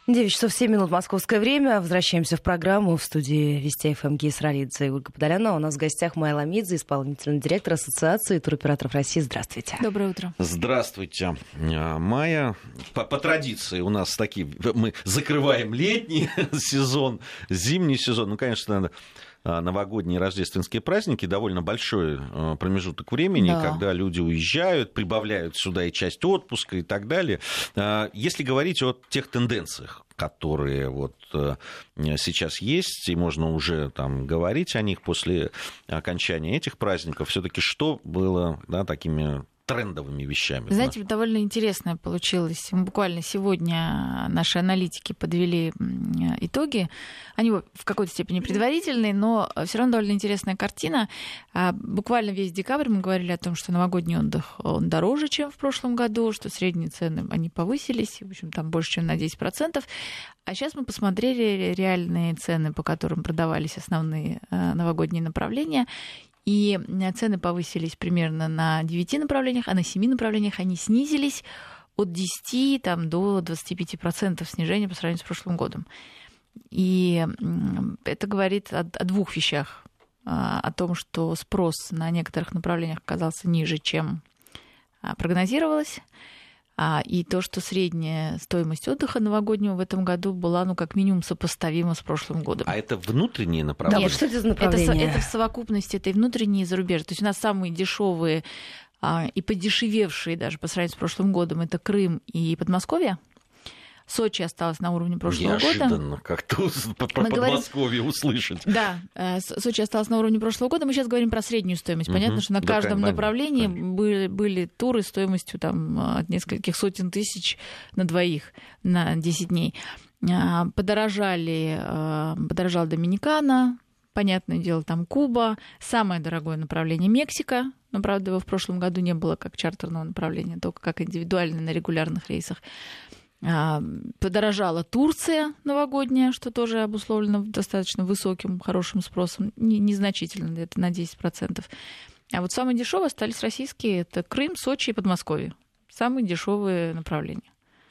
9 часов 7 минут московское время. Возвращаемся в программу. В студии Вести ФМ Гия Саралидзе и Ольга Подоляна. У нас в гостях Майя Ламидзе, исполнительный директор Ассоциации туроператоров России. Здравствуйте. Доброе утро. Здравствуйте, Майя. По традиции у нас такие... Мы закрываем летний сезон, зимний сезон. Ну, конечно, новогодние рождественские праздники, довольно большой промежуток времени, да, когда люди уезжают, прибавляют сюда и часть отпуска и так далее. Если говорить о тех тенденциях, которые вот сейчас есть, и можно уже там говорить о них после окончания этих праздников, все-таки что было, да, такими трендовыми вещами? Знаете, довольно интересно получилось. Буквально сегодня наши аналитики подвели итоги. Они в какой-то степени предварительные, но все равно довольно интересная картина. Буквально весь декабрь мы говорили о том, что новогодний отдых он дороже, чем в прошлом году, что средние цены они повысились, в общем, там больше, чем на 10%. А сейчас мы посмотрели реальные цены, по которым продавались основные новогодние направления. И цены повысились примерно на 9 направлениях, а на 7 направлениях они снизились от 10 до 25% снижения по сравнению с прошлым годом. И это говорит о двух вещах. О том, что спрос на некоторых направлениях оказался ниже, чем прогнозировалось. И то, что средняя стоимость отдыха новогоднего в этом году была, как минимум, сопоставима с прошлым годом. А это внутренние направления? Да, вот что это за направления? Это в совокупности, это и внутренние, и зарубежные. То есть у нас самые дешевые и подешевевшие даже по сравнению с прошлым годом это Крым и Подмосковье. Сочи осталось на уровне прошлого года. Неожиданно как-то про Подмосковье услышать. Да, Сочи осталось на уровне прошлого года. Мы сейчас говорим про среднюю стоимость. Понятно, что на каждом направлении были туры стоимостью от нескольких сотен тысяч на двоих на 10 дней. Подорожала Доминикана, понятное дело, там Куба. Самое дорогое направление — Мексика. Но, правда, его в прошлом году не было как чартерного направления, только как индивидуально на регулярных рейсах. Подорожала Турция новогодняя, что тоже обусловлено достаточно высоким, хорошим спросом, незначительно, где-то на 10%. А вот самые дешевые остались российские, это Крым, Сочи и Подмосковье. Самые дешевые направления.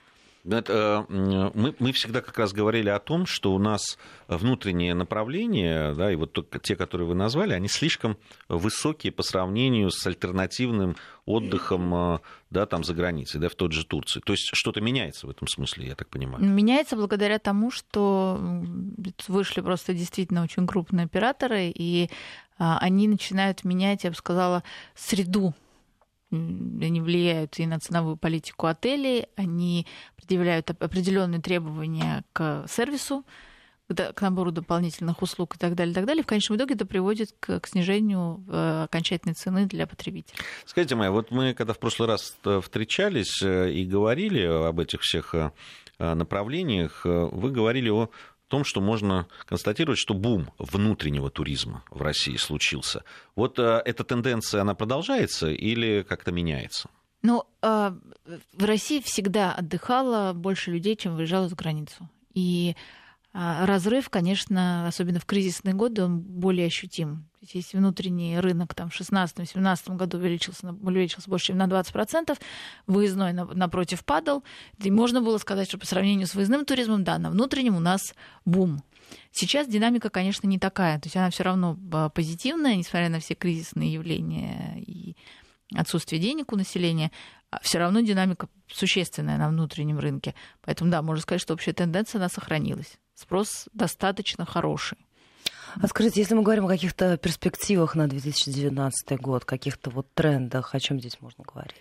Мы всегда как раз говорили о том, что у нас внутренние направления, да, и вот те, которые вы назвали, они слишком высокие по сравнению с альтернативным отдыхом, да, там за границей, да, в той же Турции. То есть что-то меняется в этом смысле, я так понимаю. Меняется благодаря тому, что вышли просто действительно очень крупные операторы, и они начинают менять, я бы сказала, среду. Они влияют и на ценовую политику отелей, они предъявляют определенные требования к сервису, к набору дополнительных услуг и так далее, и так далее. В конечном итоге это приводит к снижению окончательной цены для потребителей. Скажите, Майя, вот мы когда в прошлый раз встречались и говорили об этих всех направлениях, вы говорили о том, что можно констатировать, что бум внутреннего туризма в России случился. Вот эта тенденция, она продолжается или как-то меняется? В России всегда отдыхало больше людей, чем выезжало за границу. И разрыв, конечно, особенно в кризисные годы, он более ощутим. Если внутренний рынок в 2016-2017 году увеличился больше, чем на 20%, выездной, напротив, падал. И можно было сказать, что по сравнению с выездным туризмом, да, на внутреннем у нас бум. Сейчас динамика, конечно, не такая. То есть она все равно позитивная, несмотря на все кризисные явления и отсутствие денег у населения. Все равно динамика существенная на внутреннем рынке. Поэтому, да, можно сказать, что общая тенденция, она сохранилась. Спрос достаточно хороший. А скажите, если мы говорим о каких-то перспективах на 2019 год, каких-то трендах, о чем здесь можно говорить?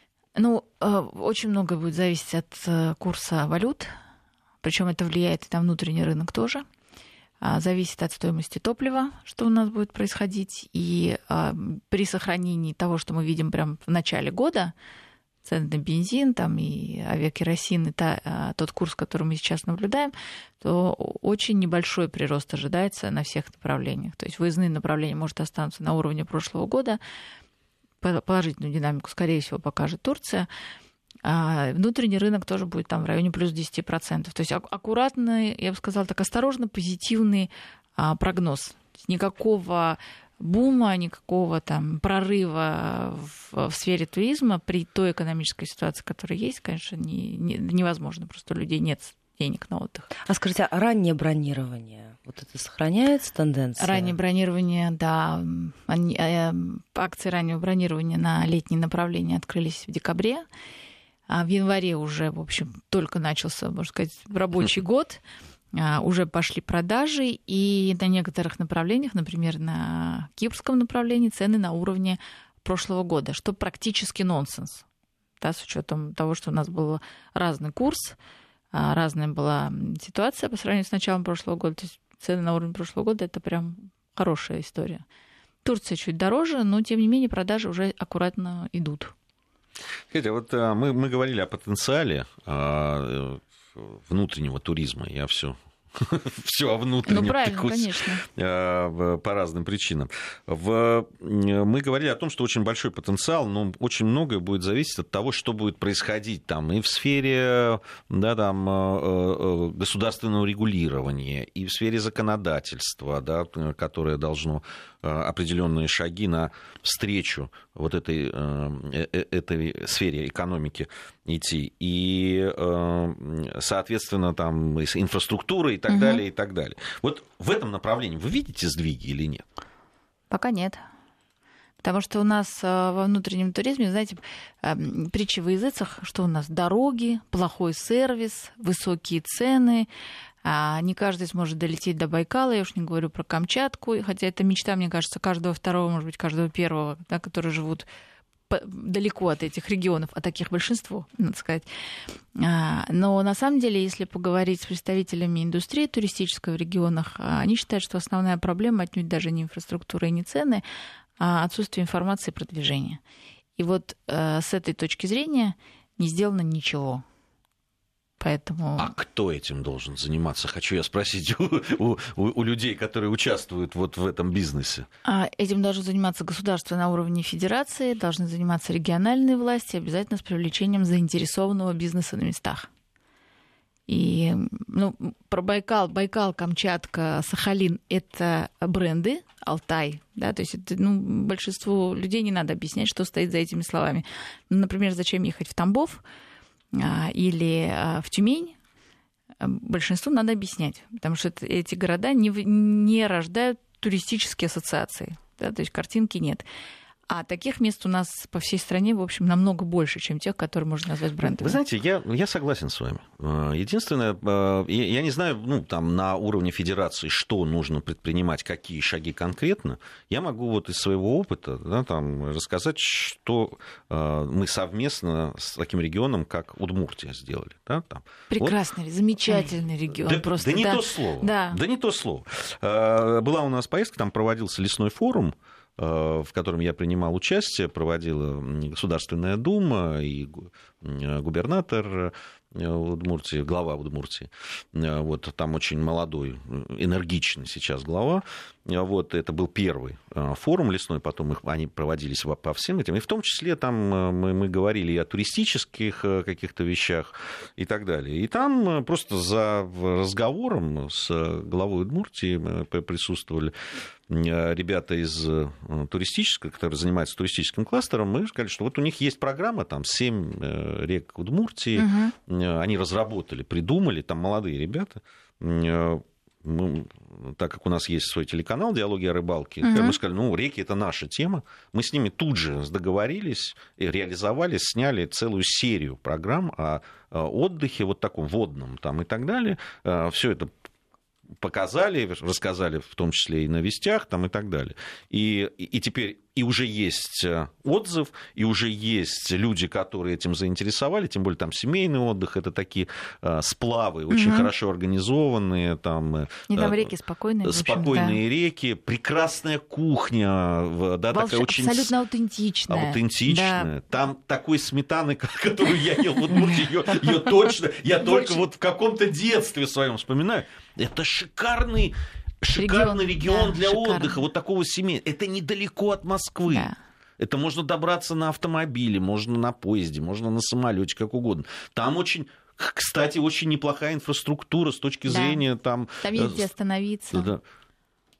Очень много будет зависеть от курса валют, причем это влияет и на внутренний рынок тоже. Зависит от стоимости топлива, что у нас будет происходить. И при сохранении того, что мы видим прямо в начале года, цены на бензин и авиакеросин, и тот курс, который мы сейчас наблюдаем, то очень небольшой прирост ожидается на всех направлениях. То есть выездные направления, может, останутся на уровне прошлого года. Положительную динамику, скорее всего, покажет Турция. А внутренний рынок тоже будет в районе плюс 10%. То есть аккуратный, я бы сказала так, осторожно позитивный прогноз. Никакого бума, никакого прорыва в сфере туризма при той экономической ситуации, которая есть, конечно, невозможно. Просто у людей нет денег на отдых. А скажите, а раннее бронирование, вот это сохраняется тенденция? Раннее бронирование, да. Акции раннего бронирования на летние направления открылись в декабре. А в январе уже, в общем, только начался, можно сказать, рабочий год. Уже пошли продажи, и на некоторых направлениях, например, на кипрском направлении, цены на уровне прошлого года, что практически нонсенс. Да, с учетом того, что у нас был разный курс, разная была ситуация по сравнению с началом прошлого года. То есть цены на уровне прошлого года — это прям хорошая история. Турция чуть дороже, но, тем не менее, продажи уже аккуратно идут. Кстати, вот мы говорили о потенциале внутреннего туризма. Я все о внутреннем. Ну, правильно, конечно. По разным причинам. Мы говорили о том, что очень большой потенциал, но очень многое будет зависеть от того, что будет происходить там и в сфере, да, там, государственного регулирования, и в сфере законодательства, да, которое должно определенные шаги на встречу вот этой сфере экономики идти. И, соответственно, там инфраструктура и так далее, и так далее. Вот в этом направлении вы видите сдвиги или нет? Пока нет. Потому что у нас во внутреннем туризме, знаете, притча во языцах, что у нас дороги, плохой сервис, высокие цены. Не каждый сможет долететь до Байкала, я уж не говорю про Камчатку, хотя это мечта, мне кажется, каждого второго, может быть, каждого первого, да, которые живут далеко от этих регионов, а таких большинство, надо сказать. Но на самом деле, если поговорить с представителями индустрии туристической в регионах, они считают, что основная проблема отнюдь даже не инфраструктура и не цены, а отсутствие информации и продвижения. И вот с этой точки зрения не сделано ничего. Поэтому... А кто этим должен заниматься? Хочу я спросить у людей, которые участвуют вот в этом бизнесе. Этим должно заниматься государство на уровне федерации, должны заниматься региональные власти, обязательно с привлечением заинтересованного бизнеса на местах. И про Байкал, Камчатка, Сахалин — это бренды, Алтай, да, то есть это, большинству людей не надо объяснять, что стоит за этими словами. Например, зачем ехать в Тамбов или в Тюмень, большинству надо объяснять, потому что эти города не рождают туристические ассоциации, да, то есть картинки нет. А таких мест у нас по всей стране, в общем, намного больше, чем тех, которые можно назвать брендами. Вы знаете, я согласен с вами. Единственное, я не знаю, там на уровне федерации, что нужно предпринимать, какие шаги конкретно. Я могу вот из своего опыта, да, там, рассказать, что мы совместно с таким регионом, как Удмуртия, сделали. Да, там. Прекрасный, вот. Замечательный регион. Да не то слово. Да не то слово. Была у нас поездка, там проводился лесной форум, в котором я принимал участие, проводила Государственная Дума и губернатор Удмуртии, глава Удмуртии. Вот, там очень молодой, энергичный сейчас глава. Вот, это был первый форум лесной, потом они проводились по всем этим. И в том числе там мы говорили и о туристических каких-то вещах и так далее. И там просто за разговором с главой Удмуртии присутствовали ребята из туристического, которые занимаются туристическим кластером, мы сказали, что вот у них есть программа, там 7 рек Удмуртии, они разработали, придумали, там молодые ребята. Так как у нас есть свой телеканал «Диалоги о рыбалке», мы сказали, реки — это наша тема. Мы с ними тут же договорились, реализовали, сняли целую серию программ о отдыхе, вот таком водном там, и так далее. Все это показали, рассказали в том числе и на вестях там, и так далее. И теперь и уже есть отзыв, и уже есть люди, которые этим заинтересовали, тем более там семейный отдых, это такие сплавы, очень хорошо организованные. Там, и там реки спокойные. Спокойные реки, прекрасная кухня. Да, такая очень абсолютно аутентичная. Аутентичная. Да. Там такой сметаны, которую я ел в Удмуртии, ее точно, я только вот в каком-то детстве своем вспоминаю. Это шикарный регион для отдыха, вот такого семейного. Это недалеко от Москвы. Да. Это можно добраться на автомобиле, можно на поезде, можно на самолете, как угодно. Там очень, кстати, очень неплохая инфраструктура с точки зрения там... Там есть где остановиться. Да.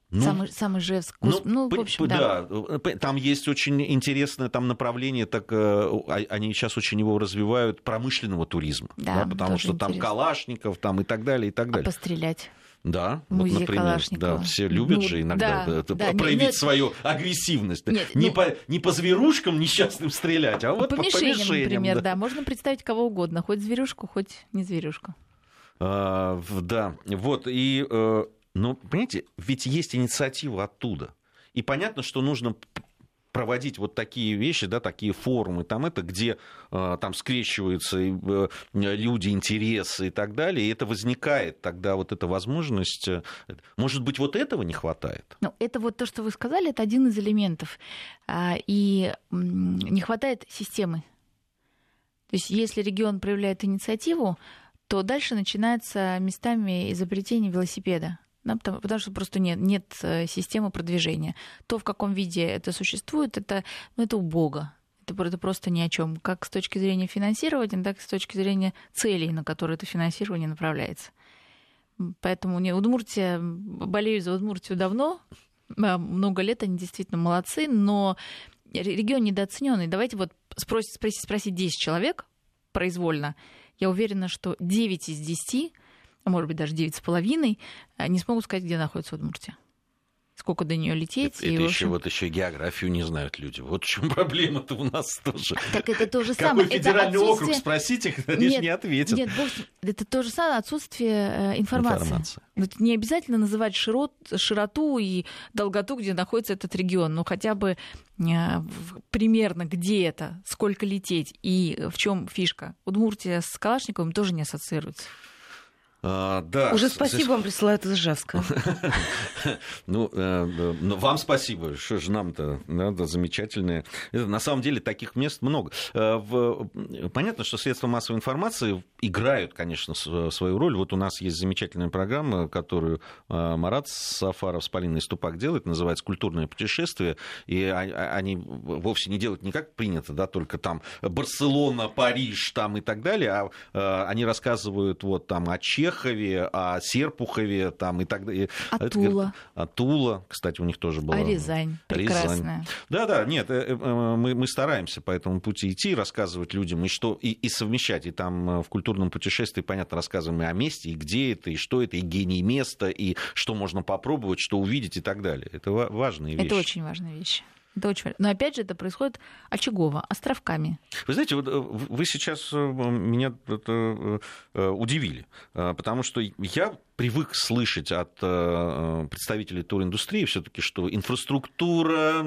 Самый Ижевск. В общем, да. Там есть очень интересное там направление, так они сейчас очень его развивают, промышленного туризма. Да, потому что там Калашников там, и так далее, и так далее. А пострелять? Да, вот, например, Калашникова. Да, все любят же иногда проявить свою агрессивность. Не по зверушкам несчастным стрелять, а вот по мишеням, например, да. Можно представить кого угодно, хоть зверюшку, хоть не зверюшку. Да, вот, и, понимаете, ведь есть инициатива оттуда. И понятно, что нужно проводить вот такие вещи, да, такие форумы, где там скрещиваются люди, интересы и так далее, и это возникает тогда вот эта возможность. Может быть, вот этого не хватает? Это вот то, что вы сказали, это один из элементов. И не хватает системы. То есть если регион проявляет инициативу, то дальше начинается местами изобретение велосипеда. Потому что просто нет системы продвижения. То, в каком виде это существует, это убого. Это просто ни о чем. Как с точки зрения финансирования, так и с точки зрения целей, на которые это финансирование направляется. Поэтому Удмуртия, болею за Удмуртию давно, много лет, они действительно молодцы, но регион недооцененный. Давайте вот спросить 10 человек произвольно. Я уверена, что 9 из 10, а может быть даже 9,5, не смогут сказать, где находится Удмуртия. Сколько до нее лететь. Это еще географию не знают люди. Вот в чем проблема-то у нас тоже. Так это то же самое. Какой федеральный округ, спросите, они же не ответят. Нет, это то же самое отсутствие информации. Не обязательно называть широту и долготу, где находится этот регион, но хотя бы примерно где это, сколько лететь и в чем фишка. Удмуртия с Калашниковым тоже не ассоциируется. Да. Уже спасибо вам присылают из Ижевска. Вам спасибо. Что же нам-то? Да, замечательное. На самом деле таких мест много. Понятно, что средства массовой информации играют, конечно, свою роль. Вот у нас есть замечательная программа, которую Марат Сафаров с Полиной Ступак делает, называется «Культурное путешествие». И они вовсе не делают не как принято, да, только там Барселона, Париж там и так далее, а они рассказывают вот там о Чехове, о Серпухове там, и так далее. О Тула, кстати, у них тоже была. А Рязань прекрасная. Да, нет, мы стараемся по этому пути идти, рассказывать людям и совмещать. И там в культурном путешествии, понятно, рассказываем и о месте, и где это, и что это, и гений места, и что можно попробовать, что увидеть и так далее. Это важные вещи. Это очень важные вещи. Но опять же это происходит очагово, островками. Вы знаете, вот вы сейчас меня удивили, потому что я привык слышать от представителей туриндустрии все-таки, что инфраструктура,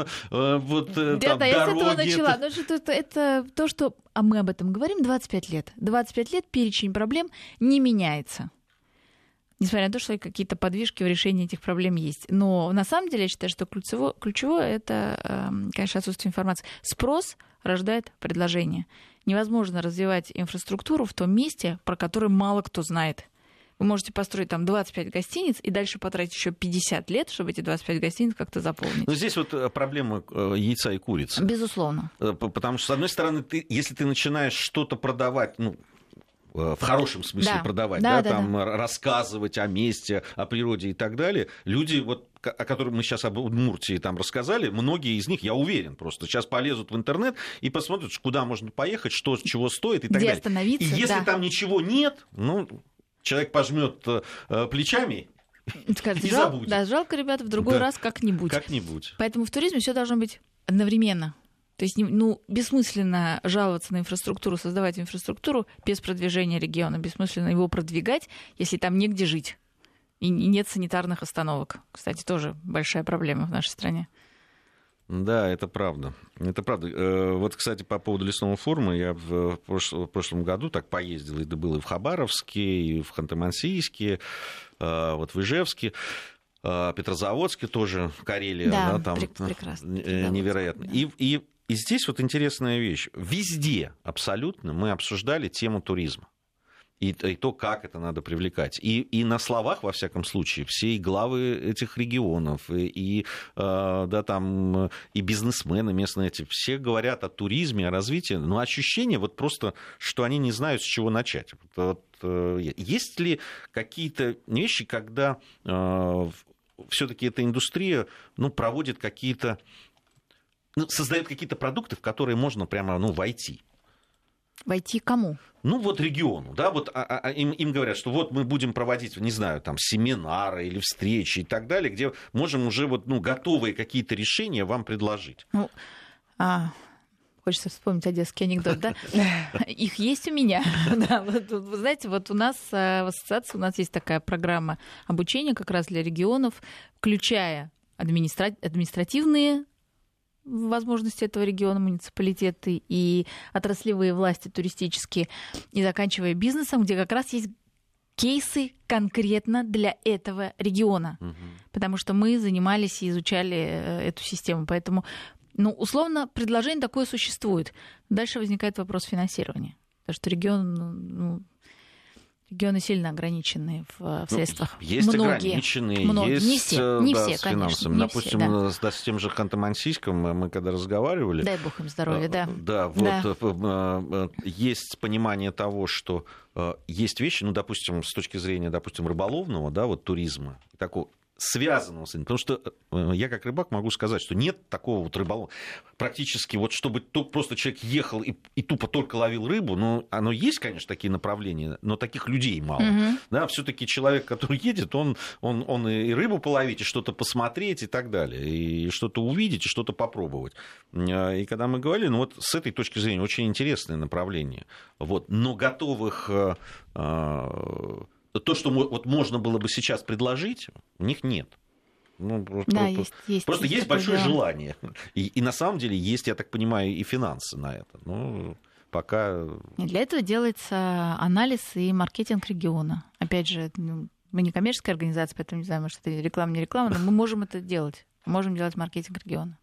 вот там, я дороги... с этого начала. Это то, что... А мы об этом говорим 25 лет. 25 лет перечень проблем не меняется. Несмотря на то, что какие-то подвижки в решении этих проблем есть. Но на самом деле я считаю, что ключевое это, конечно, отсутствие информации. Спрос рождает предложение. Невозможно развивать инфраструктуру в том месте, про которое мало кто знает. Вы можете построить там 25 гостиниц и дальше потратить еще 50 лет, чтобы эти 25 гостиниц как-то заполнить. Но здесь вот проблема яйца и курицы. Безусловно. Потому что, с одной стороны, если ты начинаешь что-то продавать, в хорошем смысле продавать, рассказывать о месте, о природе и так далее, люди, вот, о которых мы сейчас об Удмуртии там рассказали, многие из них, я уверен, просто сейчас полезут в интернет и посмотрят, куда можно поехать, что чего стоит и так далее. Остановиться, и если там ничего нет, человек пожмет плечами скажет, и забудет. Да, жалко, ребята, в другой раз как-нибудь. Поэтому в туризме все должно быть одновременно. То есть бессмысленно жаловаться на инфраструктуру, создавать инфраструктуру без продвижения региона, бессмысленно его продвигать, если там негде жить. И нет санитарных остановок. Кстати, тоже большая проблема в нашей стране. Да, это правда. Это правда. Вот, кстати, по поводу лесного форума, я в прошлом году так поездил, и был и в Хабаровске, и в Ханты-Мансийске, вот в Ижевске. Петрозаводске тоже, Карелия, да, там прекрасно. Невероятно. Да. И здесь вот интересная вещь. Везде абсолютно мы обсуждали тему туризма. И то, как это надо привлекать. И на словах, во всяком случае, все и главы этих регионов, и бизнесмены местные эти, все говорят о туризме, о развитии, но ощущение вот просто, что они не знают, с чего начать. Есть ли какие-то вещи, когда все-таки эта индустрия проводит какие-то, создает какие-то продукты, в которые можно прямо войти. Войти кому? Региону, да, им говорят, что мы будем проводить, не знаю, там, семинары или встречи и так далее, где можем уже готовые какие-то решения вам предложить. Хочется вспомнить одесский анекдот, да? Их есть у меня. Да, вы знаете, у нас в ассоциации у нас есть такая программа обучения как раз для регионов, включая административные возможности этого региона, муниципалитеты и отраслевые власти туристические, и заканчивая бизнесом, где как раз есть кейсы конкретно для этого региона. Потому что мы занимались и изучали эту систему. Поэтому, условно, предложение такое существует. Дальше возникает вопрос финансирования. Потому что регионы сильно ограничены в средствах. Есть ограниченные, есть не все, с финансами. Не Допустим, все, да. с тем же Ханты-Мансийском мы когда разговаривали... Дай бог им здоровья, да. Да, есть понимание того, что есть вещи, допустим, с точки зрения, рыболовного, туризма, такого связанного с этим. Потому что я как рыбак могу сказать, что нет такого рыболова. Практически чтобы просто человек ехал и тупо только ловил рыбу, оно есть, конечно, такие направления, но таких людей мало. Да, все-таки человек, который едет, он и рыбу половить, и что-то посмотреть и так далее, и что-то увидеть, и что-то попробовать. И когда мы говорили, с этой точки зрения очень интересное направление. Но готовых... То, что можно было бы сейчас предложить, у них нет. Просто есть большое желание. И на самом деле есть, я так понимаю, и финансы на это. Пока... И для этого делается анализ и маркетинг региона. Опять же, мы не коммерческая организация, поэтому не знаю, может, это реклама, не реклама, но мы можем это делать. Можем делать маркетинг региона.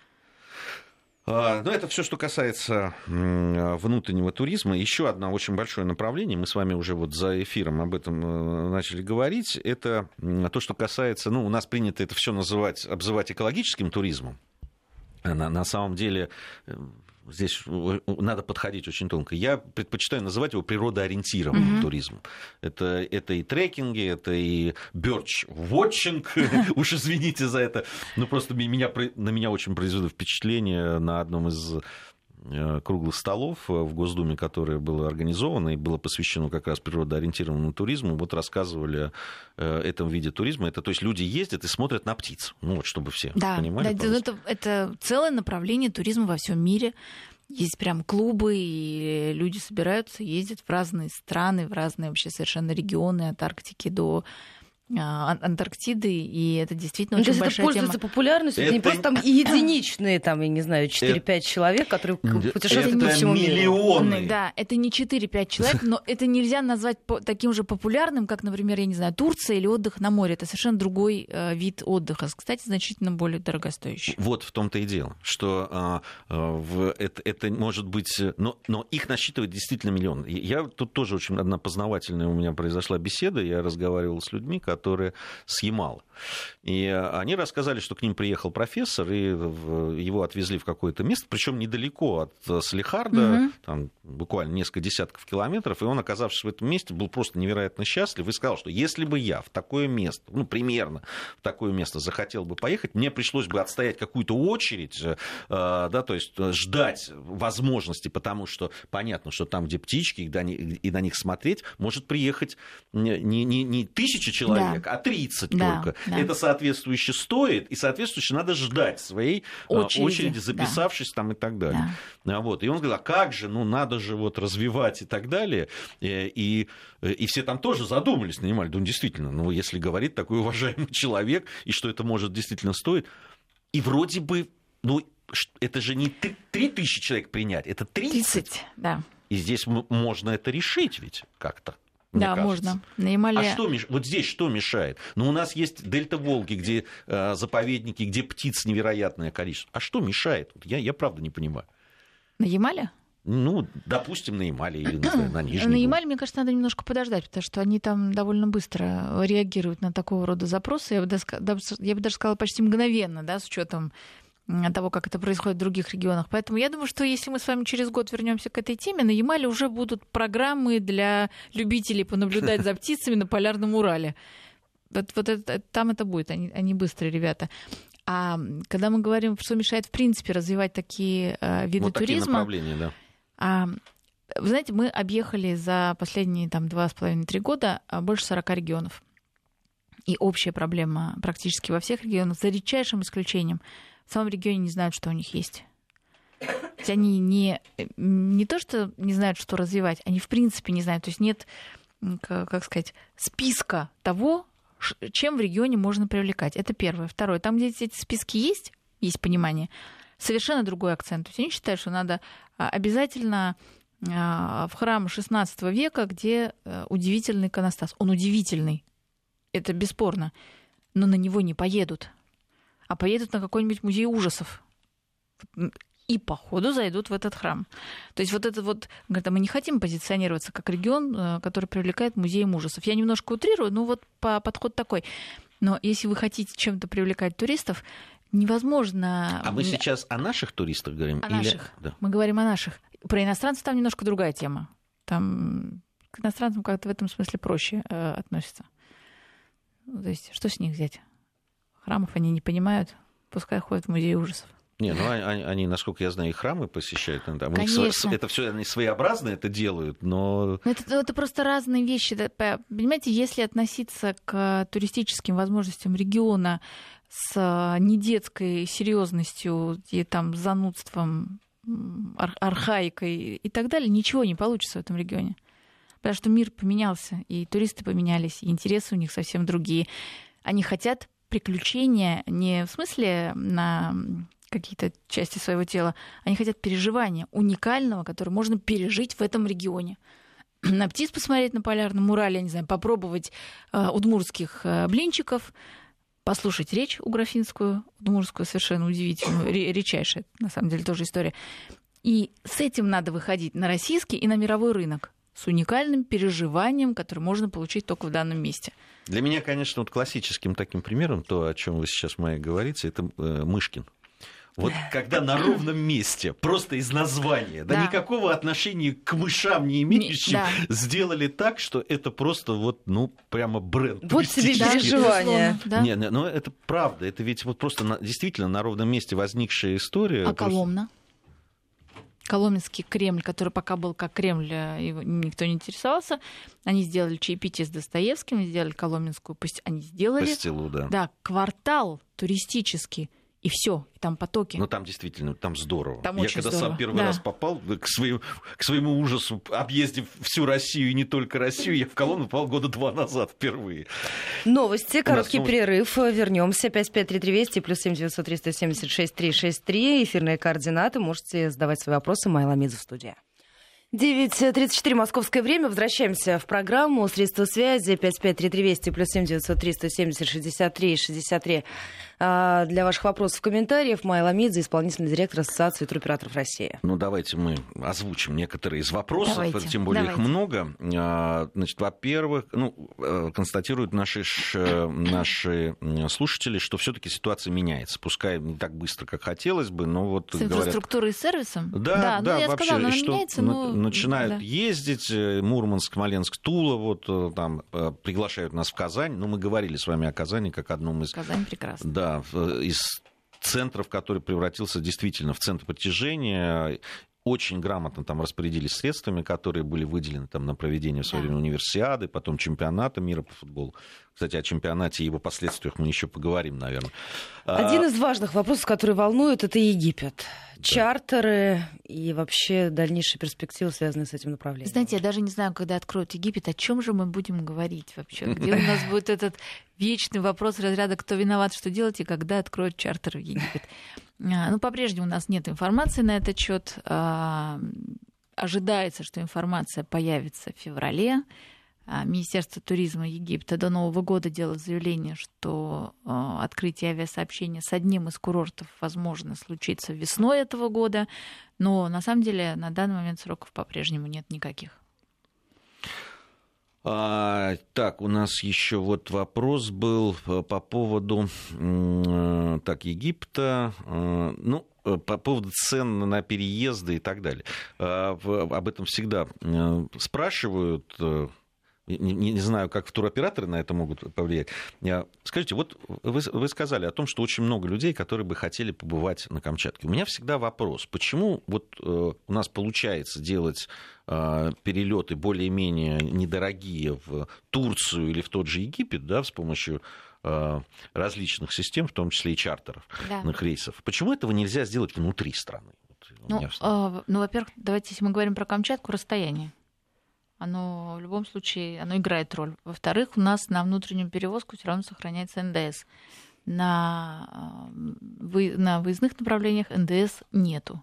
Это все, что касается внутреннего туризма. Еще одно очень большое направление, мы с вами уже за эфиром об этом начали говорить, это то, что касается, у нас принято это все обзывать экологическим туризмом. На самом деле здесь надо подходить очень тонко. Я предпочитаю называть его природоориентированным туризмом. Это и трекинги, это и бёрдж-вотчинг, уж извините за это. Просто на меня очень произвело впечатление на одном из круглых столов в Госдуме, которое было организовано и было посвящено как раз природоориентированному туризму. рассказывали о этом виде туризма. Это, то есть люди ездят и смотрят на птиц. Чтобы все понимали. Да, это целое направление туризма во всем мире. Есть прям клубы, и люди собираются, ездят в разные страны, в разные вообще совершенно регионы, от Арктики до Антарктиды, и это действительно очень большая тема. Это пользуется популярностью, это не просто там единичные, я не знаю, 4-5 человек, которые путешествуют по всему миру. Миллионы. Да, это не 4-5 человек, но это нельзя назвать таким же популярным, как, например, я не знаю, Турция или отдых на море. Это совершенно другой вид отдыха, кстати, значительно более дорогостоящий. Вот в том-то и дело, что это может быть... Но их насчитывает действительно миллион. Тут тоже очень одна познавательная у меня произошла беседа, я разговаривал с людьми, которые с Ямала. И они рассказали, что к ним приехал профессор, и его отвезли в какое-то место, причем недалеко от Салехарда, там буквально несколько десятков километров, и он, оказавшись в этом месте, был просто невероятно счастлив и сказал, что если бы я в такое место, примерно в такое место захотел бы поехать, мне пришлось бы отстоять какую-то очередь, то есть ждать возможности, потому что понятно, что там, где птички, и на них смотреть, может приехать не 1000 человек, а 30 только. Да. Это соответствующе стоит, и соответствующе надо ждать своей очереди, записавшись там и так далее. Да. И он говорил, а как же, надо же развивать и так далее. И все там тоже задумались, понимали, действительно, если говорит такой уважаемый человек, и что это может действительно стоить. И вроде бы, это же не 3000 человек принять, это 30. Да. И здесь можно это решить ведь как-то. Да, можно. На Ямале... Вот здесь что мешает? У нас есть дельта Волги, где заповедники, где птиц невероятное количество. А что мешает? Я правда не понимаю. На Ямале? Допустим, на Ямале или на Нижнем. На Ямале, мне кажется, надо немножко подождать, потому что они там довольно быстро реагируют на такого рода запросы. Я бы даже сказала, почти мгновенно, с учетом того, как это происходит в других регионах. Поэтому я думаю, что если мы с вами через год вернемся к этой теме, на Ямале уже будут программы для любителей понаблюдать за птицами на Полярном Урале. Вот это, там это будет, они быстрые ребята. А когда мы говорим, что мешает в принципе развивать такие виды вот такие туризма... направления, да. Вы знаете, мы объехали за последние 2,5-3 года больше 40 регионов. И общая проблема практически во всех регионах, за редчайшим исключением. В самом регионе не знают, что у них есть. То есть они не то, что не знают, что развивать, они в принципе не знают. То есть нет, как сказать, списка того, чем в регионе можно привлекать. Это первое. Второе. Там, где эти списки есть понимание, совершенно другой акцент. То есть они считают, что надо обязательно в храм XVI века, где удивительный иконостас. Он удивительный. Это бесспорно. Но на него не поедут. А поедут на какой-нибудь музей ужасов. И по ходу зайдут в этот храм. То есть говорят, мы не хотим позиционироваться как регион, который привлекает музеем ужасов. Я немножко утрирую, но подход такой. Но если вы хотите чем-то привлекать туристов, невозможно... А мы сейчас о наших туристах говорим? О наших. Да. Мы говорим о наших. Про иностранцев там немножко другая тема. Там к иностранцам как-то в этом смысле проще относятся. То есть что с них взять? Храмов они не понимают, пускай ходят в музей ужасов. Не, они, насколько я знаю, и храмы посещают. Конечно. Это все они своеобразно это делают, но... Это просто разные вещи. Понимаете, если относиться к туристическим возможностям региона с недетской серьезностью и там занудством, архаикой и так далее, ничего не получится в этом регионе. Потому что мир поменялся, и туристы поменялись, и интересы у них совсем другие. Они хотят приключения не в смысле на какие-то части своего тела, они хотят переживания уникального, которое можно пережить в этом регионе. На птиц посмотреть на Полярном Урале, я не знаю, попробовать удмуртских блинчиков, послушать речь уграфинскую, удмуртскую, совершенно удивительную, редчайшая, на самом деле, тоже история. И с этим надо выходить на российский и на мировой рынок, с уникальным переживанием, которое можно получить только в данном месте. Для меня, конечно, классическим таким примером, то, о чем вы сейчас, Майя, говорите, это Мышкин. Вот когда на ровном месте, просто из названия, да, никакого отношения к мышам не имеющим, сделали так, что это просто прямо бренд. Вот себе переживание. Не, но это правда, это ведь просто действительно на ровном месте возникшая история. А Коломна? Коломенский Кремль, который пока был как Кремль, его никто не интересовался. Они сделали чаепитие с Достоевским, сделали Коломенскую, они сделали пастилу, да, квартал туристический. И все, и там потоки. Ну, там действительно, там здорово. Там я очень когда здорово. Сам первый раз попал, к своему ужасу, объездив всю Россию и не только Россию, я в Коломну попал 2 года назад впервые. Новости, короткий перерыв. Вернемся. 553320 плюс 7903 176 363. Эфирные координаты. Можете задавать свои вопросы. Майя Ламидзе в студии. 9:34 московское время. Возвращаемся в программу. Средства связи 553320 плюс 7903 170 63 63. Для ваших вопросов, комментариев. Майя Ламидзе, исполнительный директор Ассоциации туроператоров России. Давайте мы озвучим некоторые из вопросов, тем более их много. Значит, во-первых, констатируют наши слушатели, что все-таки ситуация меняется. Пускай не так быстро, как хотелось бы, но вот с инфраструктурой и сервисом? Да, я вообще, сказала, она что меняется, начинают ездить, Мурманск, Смоленск, Тула, там приглашают нас в Казань. Мы говорили с вами о Казани как одном из... Казань прекрасно. Да, из центров, который превратился действительно в центр притяжения. Очень грамотно там распорядились средствами, которые были выделены там на проведение в свое время универсиады, потом чемпионата мира по футболу. Кстати, о чемпионате и его последствиях мы еще поговорим, наверное. Один из важных вопросов, который волнует, это Египет. Чартеры и вообще дальнейшие перспективы, связанные с этим направлением. Знаете, я даже не знаю, когда откроют Египет, о чем же мы будем говорить вообще? Где у нас будет этот вечный вопрос разряда, кто виноват, что делать, и когда откроют чартеры в Египет? По-прежнему у нас нет информации на этот счет. Ожидается, что информация появится в феврале. Министерство туризма Египта до Нового года делает заявление, что открытие авиасообщения с одним из курортов возможно случится весной этого года, но на самом деле на данный момент сроков по-прежнему нет никаких. Так, у нас еще вопрос был по поводу Египта. По поводу цен на переезды и так далее. Об этом всегда спрашивают. не знаю, как туроператоры на это могут повлиять. Скажите, вот вы сказали о том, что очень много людей, которые бы хотели побывать на Камчатке. У меня всегда вопрос, почему вот у нас получается делать перелеты более-менее недорогие в Турцию или в тот же Египет, да, с помощью различных систем, в том числе и чартерных рейсов. Почему этого нельзя сделать внутри страны? Во-первых, давайте, если мы говорим про Камчатку, расстояние. Оно в любом случае играет роль. Во-вторых, у нас на внутреннюю перевозку все равно сохраняется НДС. На выездных направлениях НДС нету.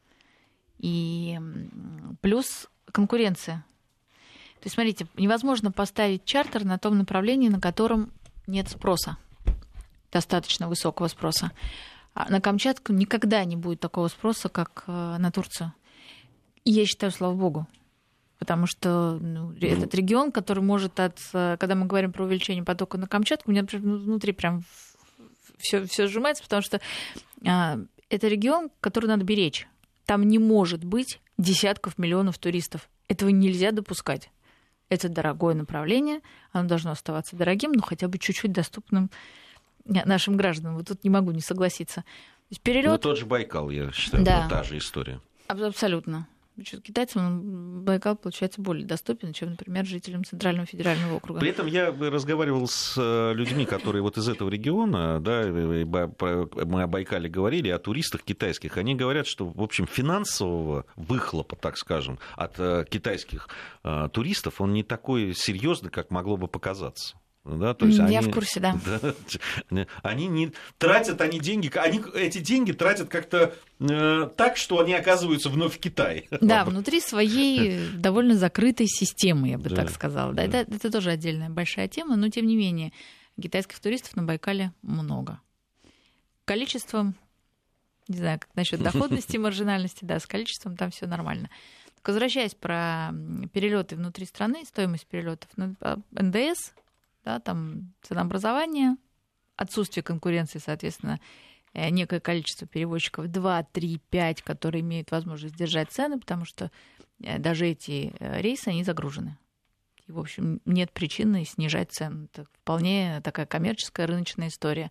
И плюс конкуренция. То есть, смотрите, невозможно поставить чартер на том направлении, на котором нет спроса, достаточно высокого спроса. А на Камчатку никогда не будет такого спроса, как на Турцию. И я считаю, слава богу. Потому что этот регион, который может когда мы говорим про увеличение потока на Камчатку, у меня внутри прям все сжимается, потому что это регион, который надо беречь. Там не может быть десятков миллионов туристов. Этого нельзя допускать. Это дорогое направление, оно должно оставаться дорогим, но хотя бы чуть-чуть доступным нашим гражданам. Вот тут не могу не согласиться. Перелет... тот же Байкал, я считаю, да. Та же история. Абсолютно. Китайцам Байкал, получается, более доступен, чем, например, жителям Центрального федерального округа. При этом я разговаривал с людьми, которые вот из этого региона, да, мы о Байкале говорили, о туристах китайских. Они говорят, что, в общем, финансового выхлопа, так скажем, от китайских туристов, он не такой серьезный, как могло бы показаться. Да, то есть я в курсе, да. Они не тратят деньги, эти деньги тратят как-то так, что они оказываются вновь в Китае. Да, внутри своей довольно закрытой системы, я бы так сказала. Да, это тоже отдельная большая тема, но тем не менее китайских туристов на Байкале много. Количеством, не знаю, как насчет доходности, маржинальности, да, с количеством там все нормально. Так, возвращаясь про перелеты внутри страны, стоимость перелетов, НДС. Да, там ценообразование, отсутствие конкуренции, соответственно, некое количество перевозчиков, 2, 3, 5, которые имеют возможность держать цены, потому что даже эти рейсы, они загружены. И, в общем, нет причины снижать цены. Это вполне такая коммерческая рыночная история.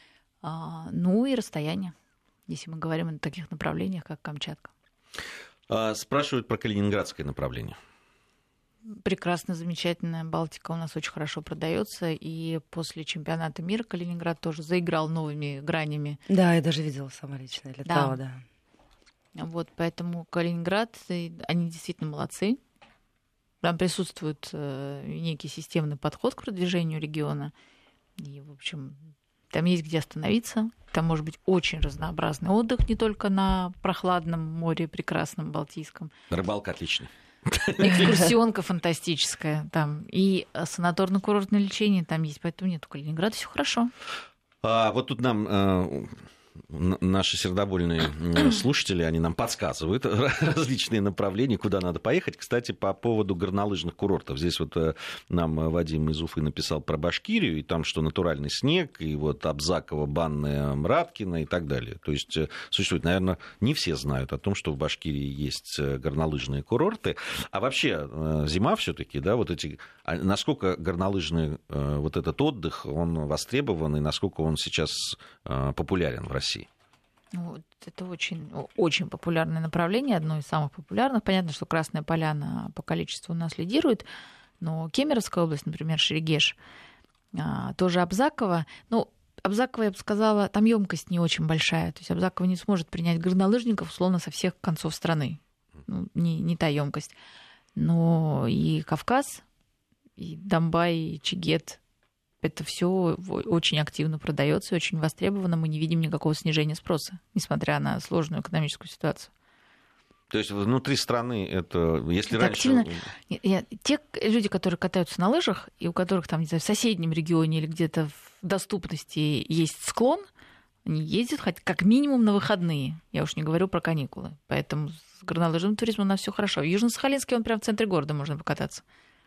Ну и расстояние, если мы говорим о таких направлениях, как Камчатка. Спрашивают про калининградское направление. Прекрасно, замечательная. Балтика у нас очень хорошо продается, и после чемпионата мира Калининград тоже заиграл новыми гранями. Да, я даже видела сама лично, летала, да. Вот, поэтому Калининград, они действительно молодцы. Там присутствует некий системный подход к продвижению региона, и, в общем, там есть где остановиться, там может быть очень разнообразный отдых, не только на прохладном море прекрасном Балтийском. Рыбалка отличная. Экскурсионка фантастическая там. И санаторно-курортное лечение там есть. Поэтому нет, у Калининграда все хорошо. Вот тут нам наши сердобольные слушатели, они нам подсказывают различные направления, куда надо поехать. Кстати, по поводу горнолыжных курортов. Здесь вот нам Вадим из Уфы написал про Башкирию, и там что натуральный снег, и вот Абзаково, Банная, Мраткино и так далее. То есть существует, наверное, не все знают о том, что в Башкирии есть горнолыжные курорты. А вообще зима все-таки, да, вот эти... Насколько горнолыжный вот этот отдых, он востребован, и насколько он сейчас популярен в России? Это очень, очень популярное направление, одно из самых популярных. Понятно, что Красная Поляна по количеству у нас лидирует, но Кемеровская область, например, Шерегеш, тоже Абзаково. Ну, Абзаково, я бы сказала, там емкость не очень большая. То есть Абзаково не сможет принять горнолыжников, условно, со всех концов страны. Ну, не та емкость. Но и Кавказ, и Домбай, и Чигет, это все очень активно продается, очень востребовано. Мы не видим никакого снижения спроса, несмотря на сложную экономическую ситуацию. То есть внутри страны это, если это раньше... Активно... Те люди, которые катаются на лыжах, и у которых там, не знаю, в соседнем регионе или где-то в доступности есть склон, они ездят хоть как минимум на выходные. Я уж не говорю про каникулы. Поэтому с горнолыжным туризмом у нас все хорошо. В Южно-Сахалинске он прямо в центре города можно покататься.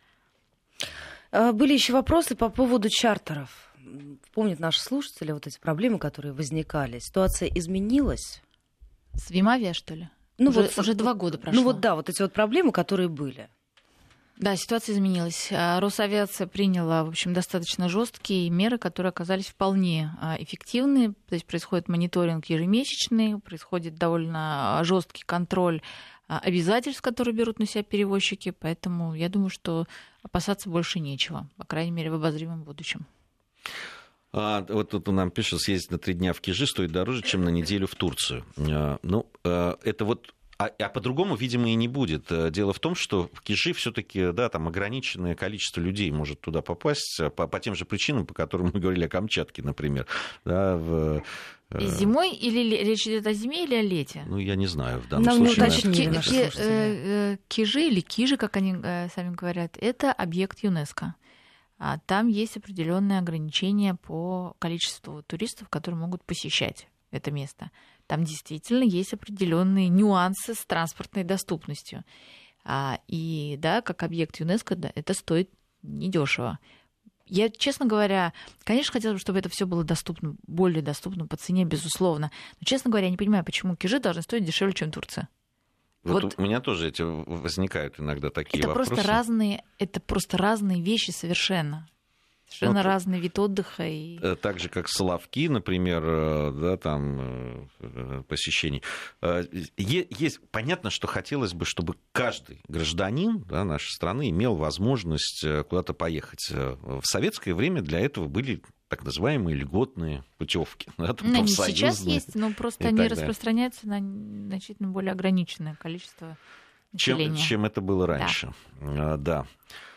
Были еще вопросы по поводу чартеров. Помнят наши слушатели вот эти проблемы, которые возникали. Ситуация изменилась? С Вимавиа, что ли? Ну, уже 2 года прошло. Ну вот да, вот эти вот проблемы, которые были. Да, ситуация изменилась. Росавиация приняла, в общем, достаточно жесткие меры, которые оказались вполне эффективны. То есть происходит мониторинг ежемесячный, происходит довольно жесткий контроль обязательств, которые берут на себя перевозчики. Поэтому я думаю, что опасаться больше нечего, по крайней мере, в обозримом будущем. Вот тут нам пишут, съездить на 3 дня в Кижи стоит дороже, чем на неделю в Турцию. Ну, это вот... А по-другому, видимо, и не будет. Дело в том, что в Кижи все-таки, да, там ограниченное количество людей может туда попасть по тем же причинам, по которым мы говорили о Камчатке, например. Да, Зимой или речь идет о зиме или о лете? Ну, я не знаю в данном случае. Кижи или Кижи, как они сами говорят, это объект ЮНЕСКО. Там есть определенные ограничения по количеству туристов, которые могут посещать это место. Там действительно есть определенные нюансы с транспортной доступностью. И да, как объект ЮНЕСКО, да, это стоит недешево. Я, честно говоря, конечно, хотела бы, чтобы это все было доступно, более доступно по цене, безусловно. Но, честно говоря, я не понимаю, почему Кижи должны стоить дешевле, чем Турция. Вот у меня тоже возникают иногда такие вопросы. Это просто разные вещи совершенно. Совершенно разный вид отдыха. Так же, как Соловки, например, да, там, посещений. Есть, понятно, что хотелось бы, чтобы каждый гражданин, да, нашей страны имел возможность куда-то поехать. В советское время для этого были так называемые льготные путевки. Да, они сейчас есть, но просто они распространяются на значительно более ограниченное количество населения. Чем это было раньше. Да.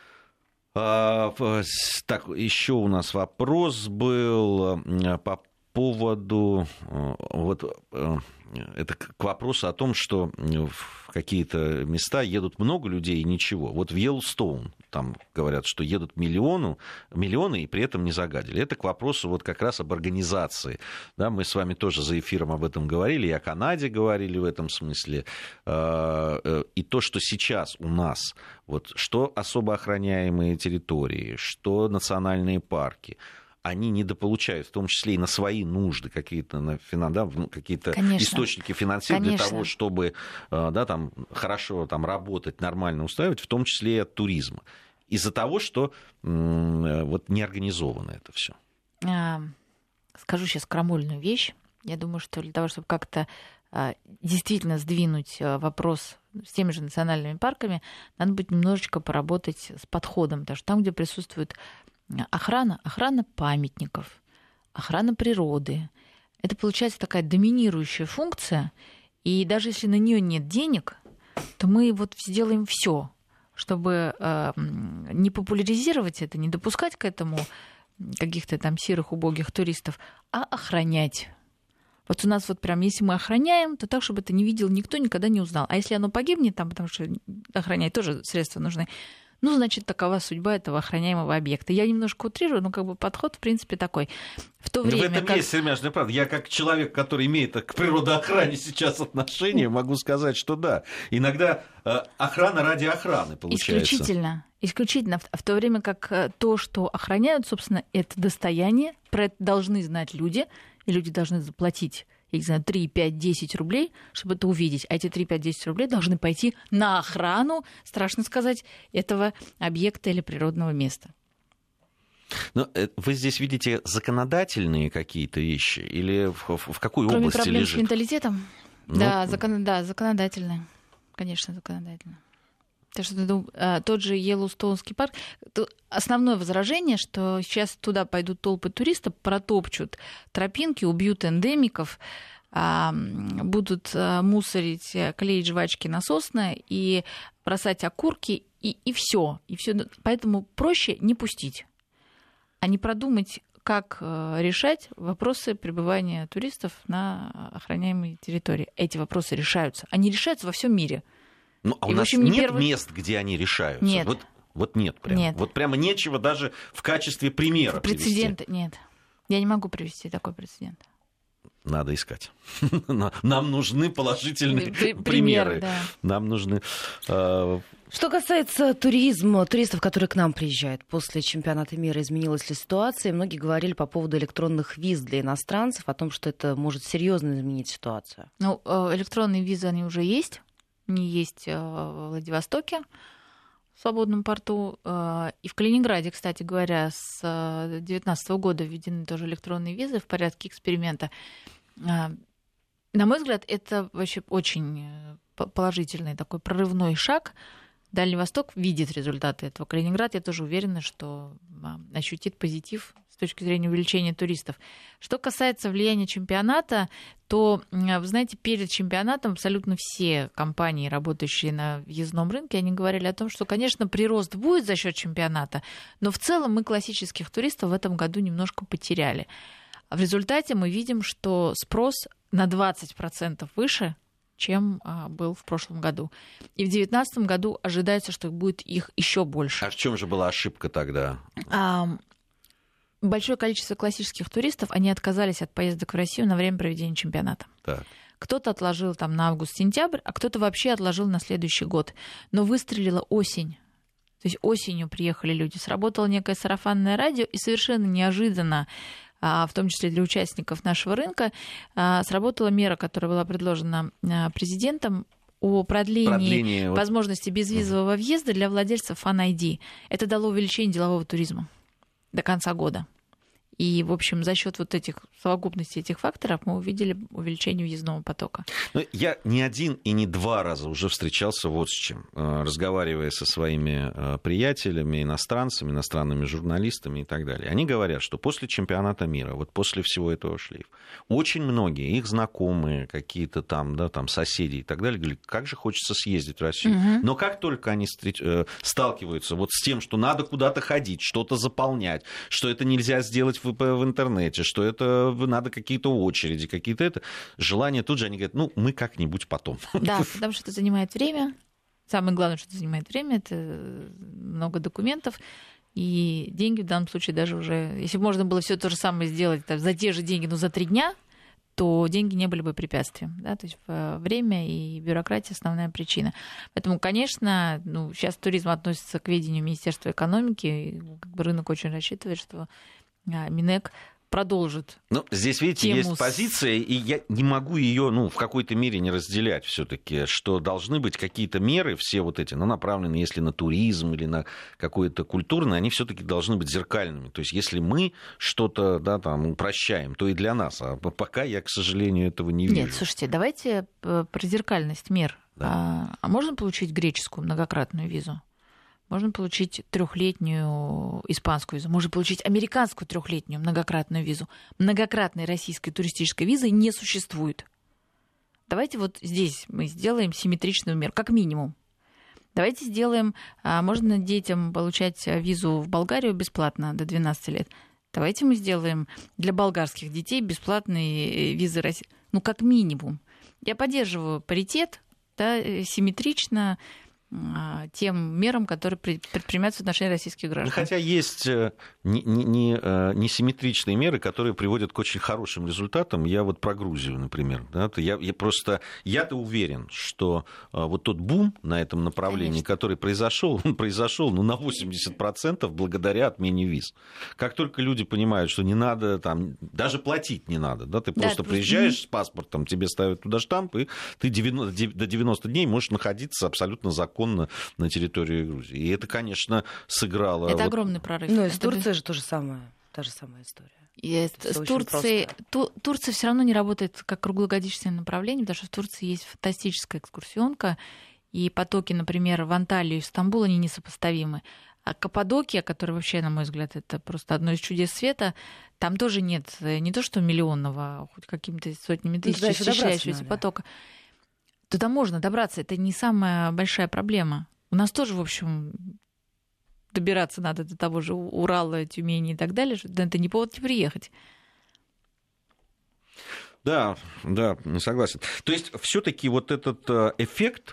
Так, еще у нас вопрос был по поводу, вот это к вопросу о том, что в какие-то места едут много людей и ничего. Вот в Йеллоустоун там говорят, что едут миллионы и при этом не загадили. Это к вопросу вот как раз об организации. Да, мы с вами тоже за эфиром об этом говорили, и о Канаде говорили в этом смысле. И то, что сейчас у нас, вот, что особо охраняемые территории, что национальные парки, они недополучают, в том числе и на свои нужды, какие-то, какие-то источники финансирования для того, чтобы да, там, хорошо там, работать, нормально устраивать, в том числе и от туризма. Из-за того, что вот, не организовано это все. Скажу сейчас крамольную вещь. Я думаю, что для того, чтобы как-то действительно сдвинуть вопрос с теми же национальными парками, надо будет немножечко поработать с подходом. Потому что там, где присутствует охрана памятников, охрана природы. Это получается такая доминирующая функция, и даже если на нее нет денег, то мы вот сделаем все, чтобы не популяризировать это, не допускать к этому каких-то там серых, убогих туристов, а охранять. Вот у нас вот прям, если мы охраняем, то так, чтобы это не видел никто, никогда не узнал. А если оно погибнет там, потому что охранять тоже средства нужны, ну, значит, такова судьба этого охраняемого объекта. Я немножко утрирую, но как бы подход, в принципе, такой. В то время, в этом есть сермяжная правда. Я как человек, который имеет к природоохране сейчас отношение, могу сказать, что да. Иногда охрана ради охраны получается. Исключительно. В то время как то, что охраняют, собственно, это достояние, про это должны знать люди, и люди должны заплатить, я не знаю, 3, 5, 10 рублей, чтобы это увидеть. А эти 3, 5, 10 рублей должны пойти на охрану, страшно сказать, этого объекта или природного места. Но вы здесь видите законодательные какие-то вещи? Или в какой области лежит? Кроме проблем с менталитетом? Да, законодательные. Конечно, законодательно. Так что тот же Йеллоустоунский парк. Основное возражение, что сейчас туда пойдут толпы туристов, протопчут тропинки, убьют эндемиков, будут мусорить, клеить жвачки на сосны и бросать окурки, и все. Поэтому проще не пустить, а не продумать, как решать вопросы пребывания туристов на охраняемой территории. Эти вопросы решаются. Они решаются во всем мире. Ну, а у нас нет мест, где они решаются? Нет. Вот нет прямо. Нет. Вот прямо нечего даже в качестве примера прецедента привести. Нет. Я не могу привести такой прецедент. Надо искать. Нам нужны положительные примеры. примеры. Да. Нам нужны... Что касается туризма, туристов, которые к нам приезжают после чемпионата мира, изменилась ли ситуация? Многие говорили по поводу электронных виз для иностранцев, о том, что это может серьезно изменить ситуацию. Ну, электронные визы, они уже есть. Они есть в Владивостоке. в свободном порту. И в Калининграде, кстати говоря, с 2019 года введены тоже электронные визы в порядке эксперимента. На мой взгляд, это вообще очень положительный такой прорывной шаг. Дальний Восток видит результаты этого. Калининград, я тоже уверена, что ощутит позитив с точки зрения увеличения туристов. Что касается влияния чемпионата, то, вы знаете, перед чемпионатом абсолютно все компании, работающие на въездном рынке, они говорили о том, что, конечно, прирост будет за счет чемпионата, но в целом мы классических туристов в этом году немножко потеряли. В результате мы видим, что спрос на 20% выше, чем был в прошлом году. И в 2019 году ожидается, что будет их еще больше. А в чем же была ошибка тогда? Большое количество классических туристов, они отказались от поездок в Россию на время проведения чемпионата. Так. Кто-то отложил там на август-сентябрь, а кто-то вообще отложил на следующий год. Но выстрелила осень. То есть осенью приехали люди. Сработало некое сарафанное радио, и совершенно неожиданно, в том числе для участников нашего рынка, сработала мера, которая была предложена президентом, о продлении возможности безвизового въезда для владельцев Fan ID. Это дало увеличение делового туризма до конца года. И, в общем, за счет вот этих совокупности этих факторов мы увидели увеличение въездного потока. Но я не один и не два раза уже встречался вот с чем, разговаривая со своими приятелями, иностранцами, иностранными журналистами и так далее. Они говорят, что после чемпионата мира, вот после всего этого шлейфа, очень многие их знакомые, какие-то там, да, там соседи и так далее, говорят, как же хочется съездить в Россию. Угу. Но как только они сталкиваются вот с тем, что надо куда-то ходить, что-то заполнять, что это нельзя сделать в интернете, что это надо какие-то очереди, какие-то это, желание тут же, они говорят, ну, мы как-нибудь потом. Да, потому что это занимает время. Самое главное, что это занимает время, это много документов. И деньги в данном случае даже уже... Если бы можно было все то же самое сделать за те же деньги, но за 3 дня, то деньги не были бы препятствием. Да? То есть время и бюрократия — основная причина. Поэтому, конечно, сейчас туризм относится к ведению Министерства экономики, и как бы рынок очень рассчитывает, что Минэк продолжит. Ну, здесь, видите, есть позиция, и я не могу ее, в какой-то мере не разделять все-таки, что должны быть какие-то меры, все вот эти, направлены, если на туризм или на какое-то культурное, они все-таки должны быть зеркальными. То есть, если мы что-то, да, там, упрощаем, то и для нас. А пока я, к сожалению, этого не вижу. Нет, слушайте, давайте про зеркальность мер. Да. А можно получить греческую многократную визу? Можно получить 3-летнюю испанскую визу, можно получить американскую 3-летнюю многократную визу. Многократной российской туристической визы не существует. Давайте вот здесь мы сделаем симметричную меру, как минимум. Давайте сделаем, можно детям получать визу в Болгарию бесплатно до 12 лет. Давайте мы сделаем для болгарских детей бесплатные визы России. Как минимум. Я поддерживаю паритет, да, симметрично тем мерам, которые предпринимаются в отношении российских граждан. Хотя есть несимметричные меры, которые приводят к очень хорошим результатам. Я вот про Грузию, например. Да, я-то уверен, что вот тот бум на этом направлении, который произошел, он произошел на 80% благодаря отмене виз. Как только люди понимают, что не надо, там, даже платить не надо, да, ты просто приезжаешь с паспортом, тебе ставят туда штамп, и ты до 90 дней можешь находиться абсолютно законно на территории Грузии. И это, конечно, сыграло... Это огромный прорыв. Ну, и с Турцией же та же самая история. И с Турцией... Турция все равно не работает как круглогодичное направление, потому что в Турции есть фантастическая экскурсионка, и потоки, например, в Анталию и в Стамбул, они несопоставимы. А Каппадокия, которая вообще, на мой взгляд, это просто одно из чудес света, там тоже нет не то что миллионного, а хоть какими-то сотнями тысяч исчисляющегося потока. Туда можно добраться, это не самая большая проблема. У нас тоже, в общем, добираться надо до того же Урала, Тюмени и так далее, это не повод не приехать. Да, согласен. То есть все-таки вот этот эффект...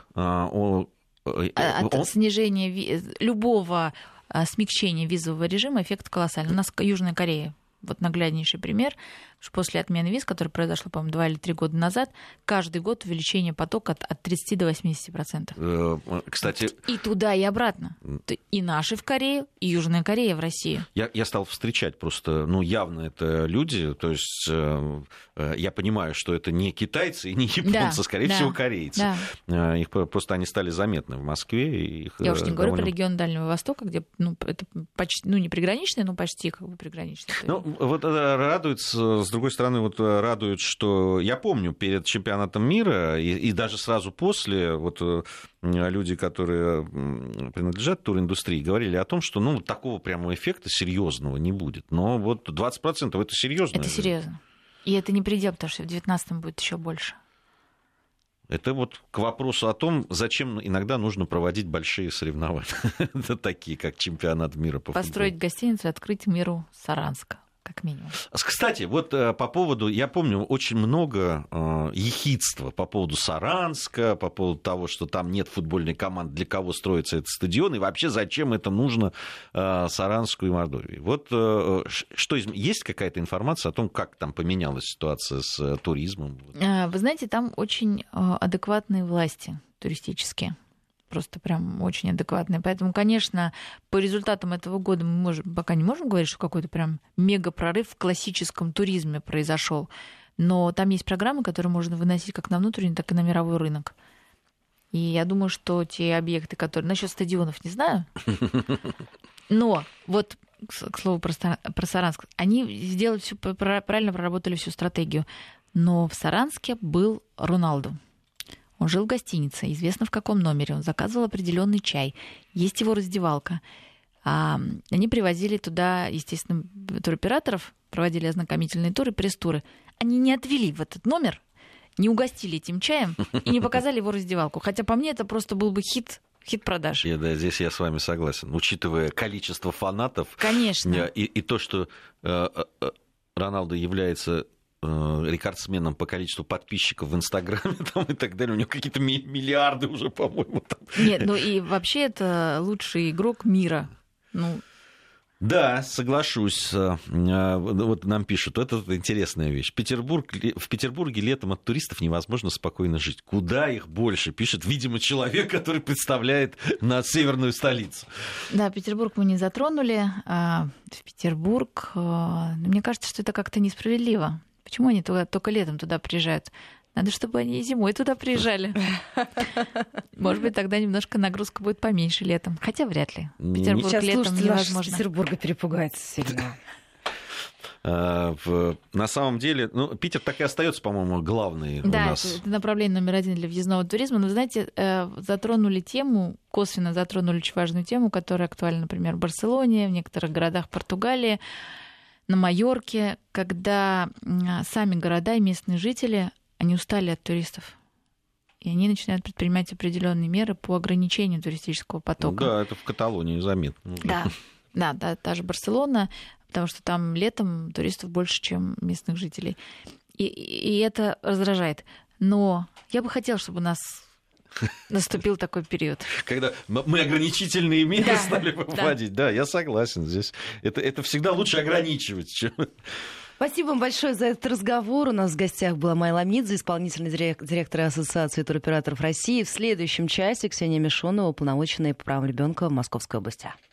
От снижения любого смягчения визового режима эффект колоссальный. У нас Южная Корея, вот нагляднейший пример, что после отмены виз, которая произошла, по-моему, 2 или 3 года назад, каждый год увеличение потока от 30 до 80%. Кстати... И туда, и обратно. И наши в Корее, и Южная Корея в Россию. Я стал встречать просто, явно это люди, то есть я понимаю, что это не китайцы и не японцы, скорее всего, корейцы. Да. Их просто они стали заметны в Москве. Я уж не говорю про регион Дальнего Востока, где это почти, не приграничный, но почти как бы приграничный. Вот радует, с другой стороны, радует, что я помню перед чемпионатом мира и даже сразу после люди, которые принадлежат туриндустрии, говорили о том, что такого прямого эффекта серьезного не будет. Но 20% это серьезно. Это серьезно. И это не предел, потому что в 2019 будет еще больше. Это к вопросу о том, зачем иногда нужно проводить большие соревнования, такие как чемпионат мира по футболу. Построить гостиницу и открыть миру Саранска, как минимум. Кстати, по поводу, я помню, очень много ехидства по поводу Саранска, по поводу того, что там нет футбольной команды, для кого строится этот стадион, и вообще зачем это нужно Саранску и Мордовии. Что есть какая-то информация о том, как там поменялась ситуация с туризмом? Вы знаете, там очень адекватные власти туристические. Просто прям очень адекватные. Поэтому, конечно, по результатам этого года мы пока не можем говорить, что какой-то прям мега-прорыв в классическом туризме произошел. Но там есть программы, которые можно выносить как на внутренний, так и на мировой рынок. И я думаю, что те объекты, которые... Насчет стадионов не знаю. Но к слову про Саранск, они сделали всю, правильно проработали всю стратегию. Но в Саранске был Роналду. Он жил в гостинице, известно в каком номере, он заказывал определенный чай, есть его раздевалка. Они привозили туда, естественно, туроператоров, проводили ознакомительные туры, пресс-туры. Они не отвели в этот номер, не угостили этим чаем и не показали его раздевалку. Хотя по мне это просто был бы хит продаж. Здесь я с вами согласен. Учитывая количество фанатов, конечно. И то, что Роналдо является рекордсменом по количеству подписчиков в Инстаграме и так далее. У него какие-то миллиарды уже, по-моему. Нет, и вообще это лучший игрок мира. Да, соглашусь. Нам пишут, это интересная вещь. В Петербурге летом от туристов невозможно спокойно жить. Куда их больше, пишет, видимо, человек, который представляет на северную столицу. Да, Петербург мы не затронули. В Петербург, мне кажется, что это как-то несправедливо. Почему они только летом туда приезжают? Надо, чтобы они и зимой туда приезжали. Может быть, тогда немножко нагрузка будет поменьше летом. Хотя вряд ли. Петербург сейчас летом невозможно. Из Петербурга перепугается сильно. На самом деле, Питер так и остается, по-моему, главный у нас. Да, это направление номер 1 для въездного туризма. Но, вы знаете, косвенно затронули очень важную тему, которая актуальна, например, в Барселоне, в некоторых городах Португалии, на Майорке, когда сами города и местные жители, они устали от туристов. И они начинают предпринимать определенные меры по ограничению туристического потока. Да, это в Каталонии заметно. Да, та же Барселона, потому что там летом туристов больше, чем местных жителей. И это раздражает. Но я бы хотела, чтобы у нас наступил такой период. Когда мы ограничительные меры стали вводить. Да, я согласен. Здесь это всегда лучше ограничивать, чем... Спасибо вам большое за этот разговор. У нас в гостях была Майя Ламидзе, исполнительный директор Ассоциации туроператоров России. В следующем часе Ксения Мишонова, уполномоченная по правам ребенка в Московской области.